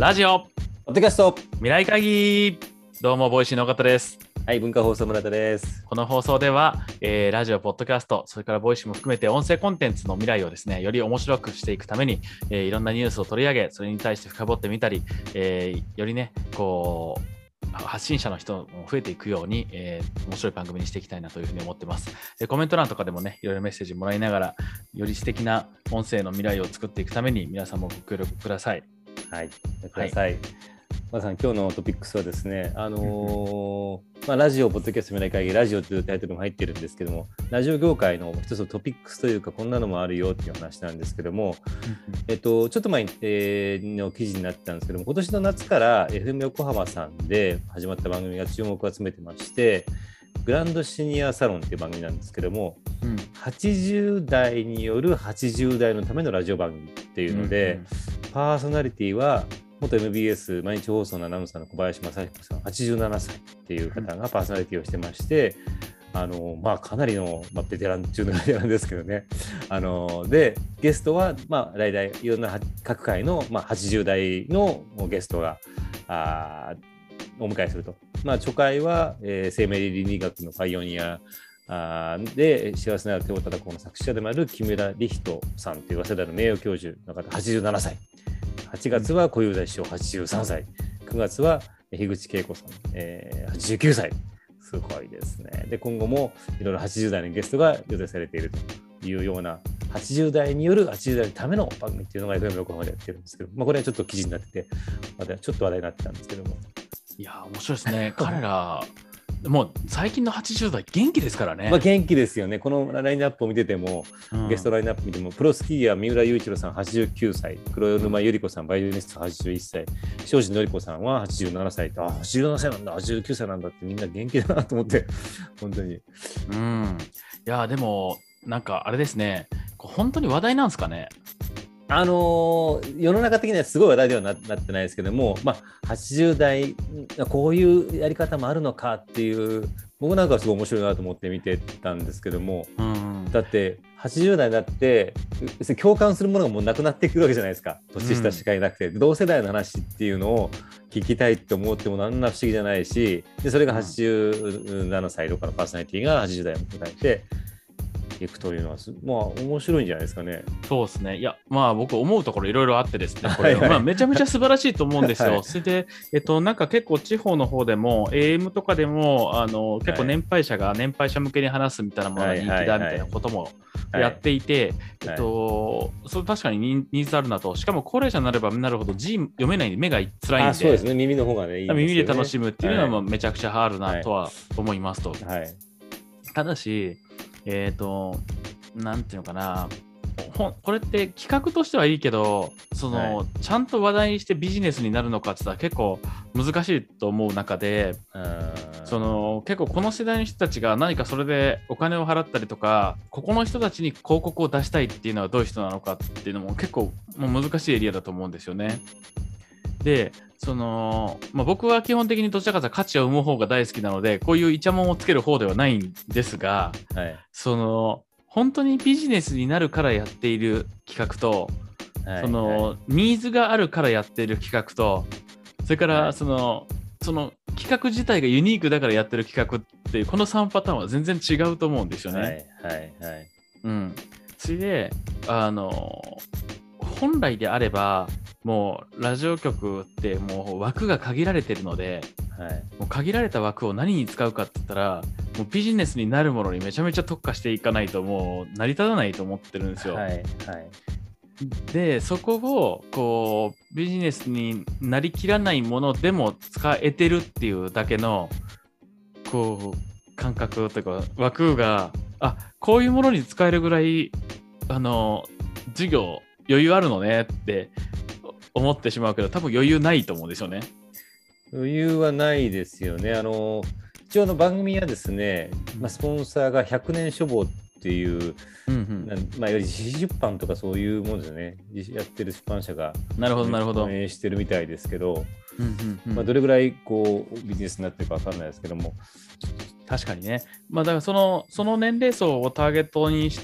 ラジオポッドキャスト。 未来会議。どうもボイシーの方です。 はい、文化放送村田です。 この放送では、ラジオ、ポッドキャスト、それからボイシーも含めて音声コンテンツの未来をですね、より面白くしていくために、いろんなニュースを取り上げ、それに対して深掘ってみたり、よりね、こう発信者の人も増えていくように、面白い番組にしていきたいなというふうに思ってます。コメント欄とかでもね、いろいろメッセージもらいながら、より素敵な音声の未来を作っていくために、皆さんもご協力ください。 はい、ください。まさん、今日のトピックスはですね、ラジオ、ポッドキャスト未来会議、ラジオというタイトルも入ってるんですけども、ラジオ業界の一つのトピックスというか、こんなのもあるよっていう話なんですけども、ちょっと前に、の記事になってたんですけども、今年の夏から FM 横浜さんで始まった番組が注目を集めてまして、グランドシニアサロンっていう番組なんですけども、80代による80代のためのラジオ番組っていうので、パーソナリティは元 MBS 毎日放送のアナウンサーの小林正彦さん87歳っていう方がパーソナリティをしてまして、かなりの、ベテラン中のベテランですけどね、でゲストは、代々いろんな各界の、80代のゲストがお迎えすると。初回は、生命倫理学のパイオニアで幸せなる手を叩こうの作詞者でもある木村理人さんという早稲田の名誉教授の方87歳。8月は小遊三師匠83歳。9月は樋口恵子さん、89歳。すごいですね。で、今後もいろいろ80代のゲストが予定されているというような80代による80代のための番組っていうのが FM 横浜でやってるんですけど、これはちょっと記事になってて、ちょっと話題になってたんですけども。 いや、面白いですね。彼らもう最近の80代元気ですからね。 元気ですよね。このラインナップを見てても、ゲストラインナップ見ても、プロスキーヤー三浦雄一郎さん89歳、黒沼百合子さんバイオリニスト81歳、庄司典子さんは87歳と、87歳なんだ、89歳なんだってみんな元気だなと思って、本当に。 いや、でもなんかあれですね、本当に話題なんですかね。 世の中的にはすごい話題では なってないですけども、80代こういうやり方もあるのかっていう、僕なんかはすごい面白いなと思って見てたんですけども、だって80代になって共感するものがもうなくなってくるわけじゃないですか。年下しかいなくて、同世代の話っていうのを聞きたいって思っても何ら不思議じゃないし、でそれが87歳とかのパーソナリティが80代を迎えていくというのは面白いんじゃないですかね。 そうですね。いや、僕思うところいろいろあってですね、これめちゃめちゃ素晴らしいと思うんですよ。それで、なんか結構地方の方でも AM とかでも結構年配者が年配者向けに話すみたいなものが人気だみたいなこともやっていて、それ確かにニーズあるなと。しかも高齢者になればなるほど字読めないんで目が辛いんで、 そうですね、耳の方がね、いいですよね。 耳で楽しむっていうのはめちゃくちゃあるなとは思いますと。ただしなんていうのかな、これって企画としてはいいけど、ちゃんと話題にしてビジネスになるのかって言ったら結構難しいと思う中で、結構この世代の人たちが何かそれでお金を払ったりとか、ここの人たちに広告を出したいっていうのはどういう人なのかっていうのも結構もう難しいエリアだと思うんですよね。で、僕は基本的にどちらかというと価値を生む方が大好きなので、こういうイチャモンをつける方ではないんですが、本当にビジネスになるからやっている企画と、ニーズがあるからやっている企画と、それから、その企画自体がユニークだからやってる企画っていう、この3パターンは全然違うと思うんですよね。それで、本来であれば、もうラジオ局ってもう枠が限られてるので、もう限られた枠を何に使うかって言ったら、もうビジネスになるものにめちゃめちゃ特化していかないともう成り立たないと思ってるんですよ。で、そこをビジネスになりきらないものでも使えてるっていうだけの感覚というか枠が、こういうものに使えるぐらい事業余裕あるのねって思ってしまうけど、多分余裕ないと思うんですよね。 余裕はないですよね。一応の番組はですね、スポンサーが100年書房っていう、より自費出版とかそういうものですね、やってる出版社が運営してるみたいですけど、どれぐらいビジネスになってるか分かんないですけども、 確かにね。だからその年齢層をターゲットにした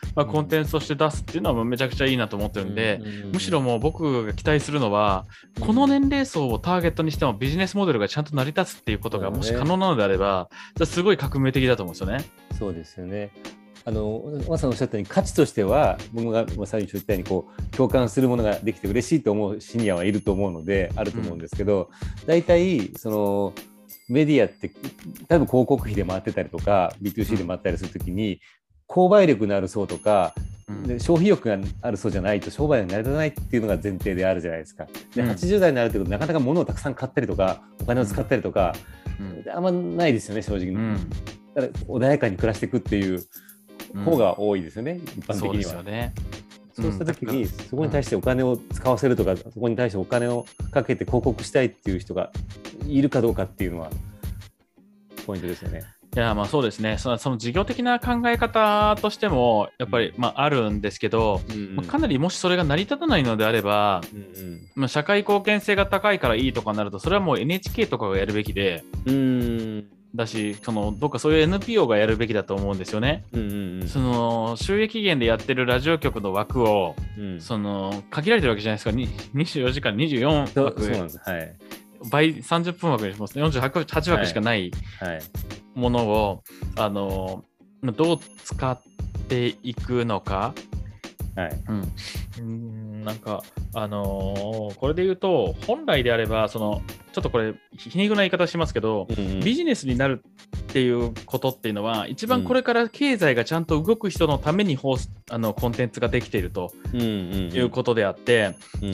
コンテンツとして出すっていうのはめちゃくちゃいいなと思ってるんで、むしろもう僕が期待するのは、この年齢層をターゲットにしてもビジネスモデルがちゃんと成り立つっていうことがもし可能なのであれば、それすごい革命的だと思うんですよね。 そうですよね。まさにおっしゃったように価値としては僕が最初言ったようにこう共感するものができて嬉しいと思うシニアはいると思うのであると思うんですけど、大体そのメディアって多分広告費で回ってたりとか B2C で回ったりするときに、購買力のある層とか、消費欲がある層じゃないと商売にならないっていうのが前提であるじゃないですか。で、80代になるということでなかなか物をたくさん買ったりとかお金を使ったりとか、あんまないですよね正直に。だから穏やかに暮らしていくっていう方が多いですよね、一般的には。そうですよね。そうした時に、そこに対してお金を使わせるとか、そこに対してお金をかけて広告したいっていう人がいるかどうかっていうのはポイントですよね。 いや、まあそうですね。その事業的な考え方としてもやっぱりあるんですけど、かなりもしそれが成り立たないのであれば、社会貢献性が高いからいいとかになると、それはもう NHK とかがやるべきで、だし、どっかそういう NPO がやるべきだと思うんですよね。その収益源でやってるラジオ局の枠を、限られてるわけじゃないですか。24時間24枠。そうなんです。はい。倍30分枠にします。48枠しかないものを、どう使っていくのか。はい。なんか、これで言うと、本来であれば、ちょっとこれ、皮肉な言い方しますけど、ビジネスになるっていうことっていうのは、一番これから経済がちゃんと動く人のためにコンテンツができているということであって、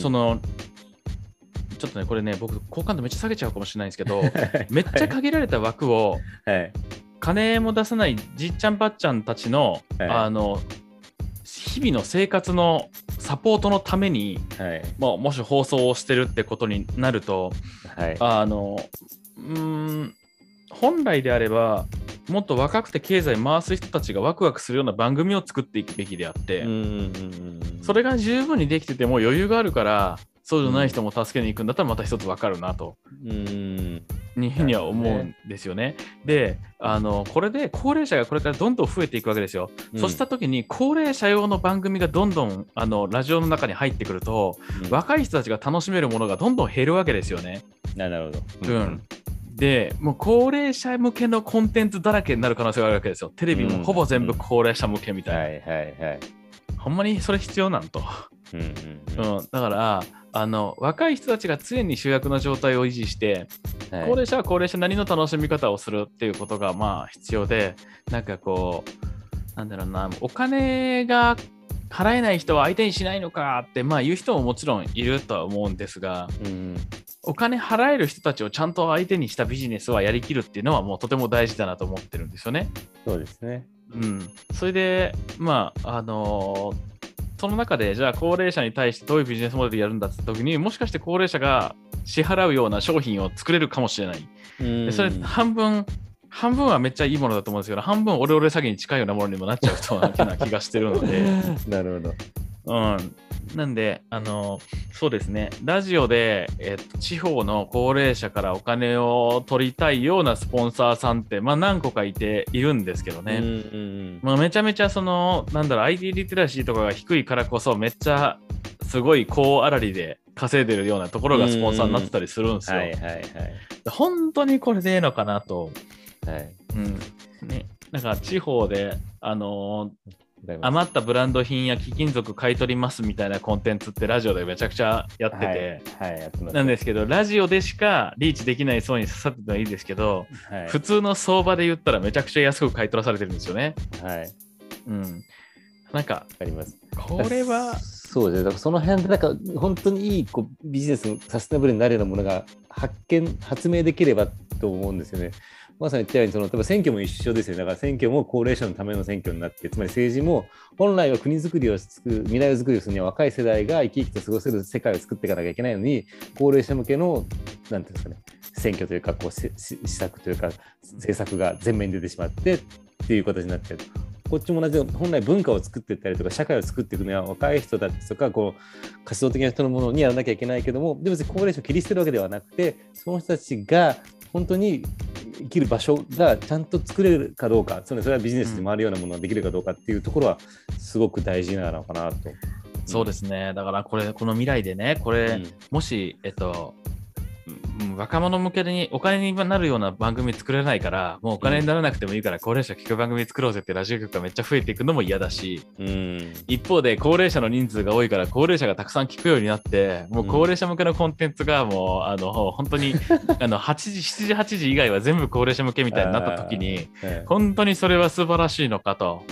ちょっとね、これね、僕、好感度めっちゃ下げちゃうかもしれないんですけど、めっちゃ限られた枠を、金も出さないじっちゃんばっちゃんたちの、日々の生活のサポートのために、もし放送をしてるってことになると、本来であれば、もっと若くて経済回す人たちがワクワクするような番組を作っていくべきであって、それが十分にできてても余裕があるから、そうじゃない人も助けに行くんだったらまた一つ分かるなとには思うんですよね。で、これで高齢者がこれからどんどん増えていくわけですよ。そうした時に高齢者用の番組がどんどんラジオの中に入ってくると、若い人たちが楽しめるものがどんどん減るわけですよね。 なるほど。 で、もう高齢者向けのコンテンツだらけになる可能性があるわけですよ。テレビもほぼ全部高齢者向けみたいな。ほんまにそれ必要なんと。だから若い人たちが常に主役の状態を維持して、高齢者は高齢者なりの楽しみ方をするっていうことが必要で、なんかこうなんだろうな、お金が払えない人は相手にしないのかって言う人ももちろんいるとは思うんですが、お金払える人たちをちゃんと相手にしたビジネスはやりきるっていうのはもうとても大事だなと思ってるんですよね。 そうですね。 それでその中でじゃあ高齢者に対してどういうビジネスモデルでやるんだって時に、もしかして高齢者が支払うような商品を作れるかもしれない。でそれ半分はめっちゃいいものだと思うんですけど、半分オレオレ詐欺に近いようなものにもなっちゃうというような気がしてるのでなるほど。 なんでそうですね、ラジオで、地方の高齢者からお金を取りたいようなスポンサーさんって何個かいるんですけどね、めちゃめちゃIT リテラシーとかが低いからこそ、めっちゃすごい高粗利で稼いでるようなところがスポンサーになってたりするんですよ。本当にこれでいいのかなと。なんか地方で余ったブランド品や貴金属買い取りますみたいなコンテンツってラジオでめちゃくちゃやってて、なんですけど、ラジオでしかリーチできない層に刺さってるのはいいですけど、普通の相場で言ったらめちゃくちゃ安く買い取らされてるんですよね。なんかあります。 これはそうですね。だからその辺で本当にいいビジネスサステナブルになるようなものが発明できればと思うんですよね。まさに言ったように例えば選挙も一緒ですよね。だから選挙も高齢者のための選挙になって、つまり政治も本来は国づくりを未来を作りをするには若い世代が生き生きと過ごせる世界を作っていかなきゃいけないのに、高齢者向けのなんていうんですかね、選挙というか施策というか政策が前面に出てしまってっていう形になっている。こっちも同じで、本来文化を作っていったりとか社会を作っていくのは若い人だとか活動的な人のものにやらなきゃいけないけども、でも別に高齢者を切り捨てるわけではなくて、その人たちが本当に生きる場所がちゃんと作れるかどうか、それはビジネスに回るようなものができるかどうかっていうところはすごく大事なのかなと。 そうですね。だからこの未来でね、これ、もし、若者向けにお金になるような番組作れないから、もうお金にならなくてもいいから高齢者聞く番組作ろうぜってラジオ局がめっちゃ増えていくのも嫌だし、一方で高齢者の人数が多いから高齢者がたくさん聞くようになって、もう高齢者向けのコンテンツがもう本当に8時、7時、8時以外は全部高齢者向けみたいになった時に、本当にそれは素晴らしいのかと。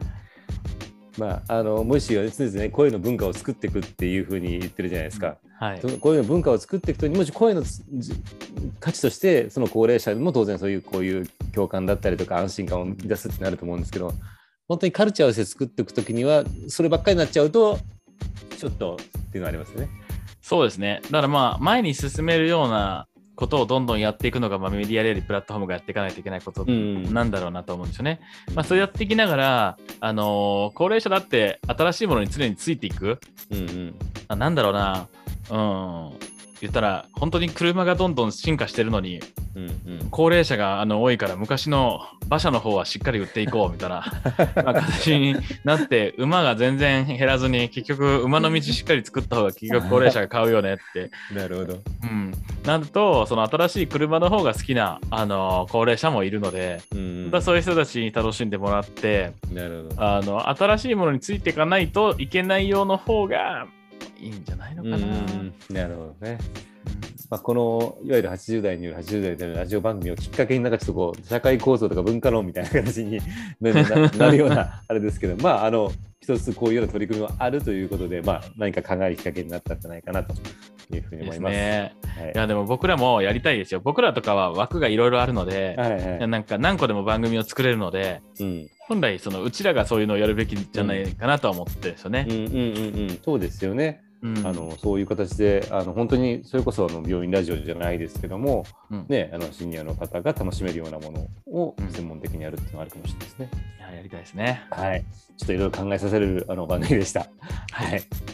もし常々ね、声の文化を作っていくっていうふうに言ってるじゃないですか。 はい、 声の文化を作っていくと、もし声の価値としてその高齢者も当然こういう共感だったりとか安心感を生み出すってなると思うんですけど、本当にカルチャーをして作っていくときにはそればっかりになっちゃうとちょっとっていうのがありますよね。そうですね。 だから前に進めるようなことをどんどんやっていくのが、メディアレールプラットフォームがやっていかないといけないことなんだろうなと思うんですよね。そうやっていきながら、高齢者だって新しいものに常についていく。なんだろうな、言ったら本当に車がどんどん進化してるのに、高齢者が多いから昔の馬車の方はしっかり売っていこうみたいな形になって、馬が全然減らずに結局馬の道しっかり作った方が結局高齢者が買うよねってなるほど、 なると、その新しい車の方が好きな高齢者もいるので、そういう人たちに楽しんでもらって、 なるほど、 新しいものについていかないといけないようの方がいいんじゃないのかな。 なるほどね。このいわゆる80代による80代でのラジオ番組をきっかけにちょっとこう社会構造とか文化論みたいな形になるようなあれですけど、一つこういうような取り組みもあるということで、何か考えるきっかけになったんじゃないかなというふうに思います。 ね、いやでも僕らもやりたいですよ。僕らとかは枠がいろいろあるので、なんか何個でも番組を作れるので、本来うちらがそういうのをやるべきじゃないかなとは思ってですよね。 そうですよね。そういう形で本当にそれこそ病院ラジオじゃないですけども、シニアの方が楽しめるようなものを専門的にやるっていうのがあるかもしれないですね。 やりたいですね。 はい、ちょっといろいろ考えさせる番組でした。はい。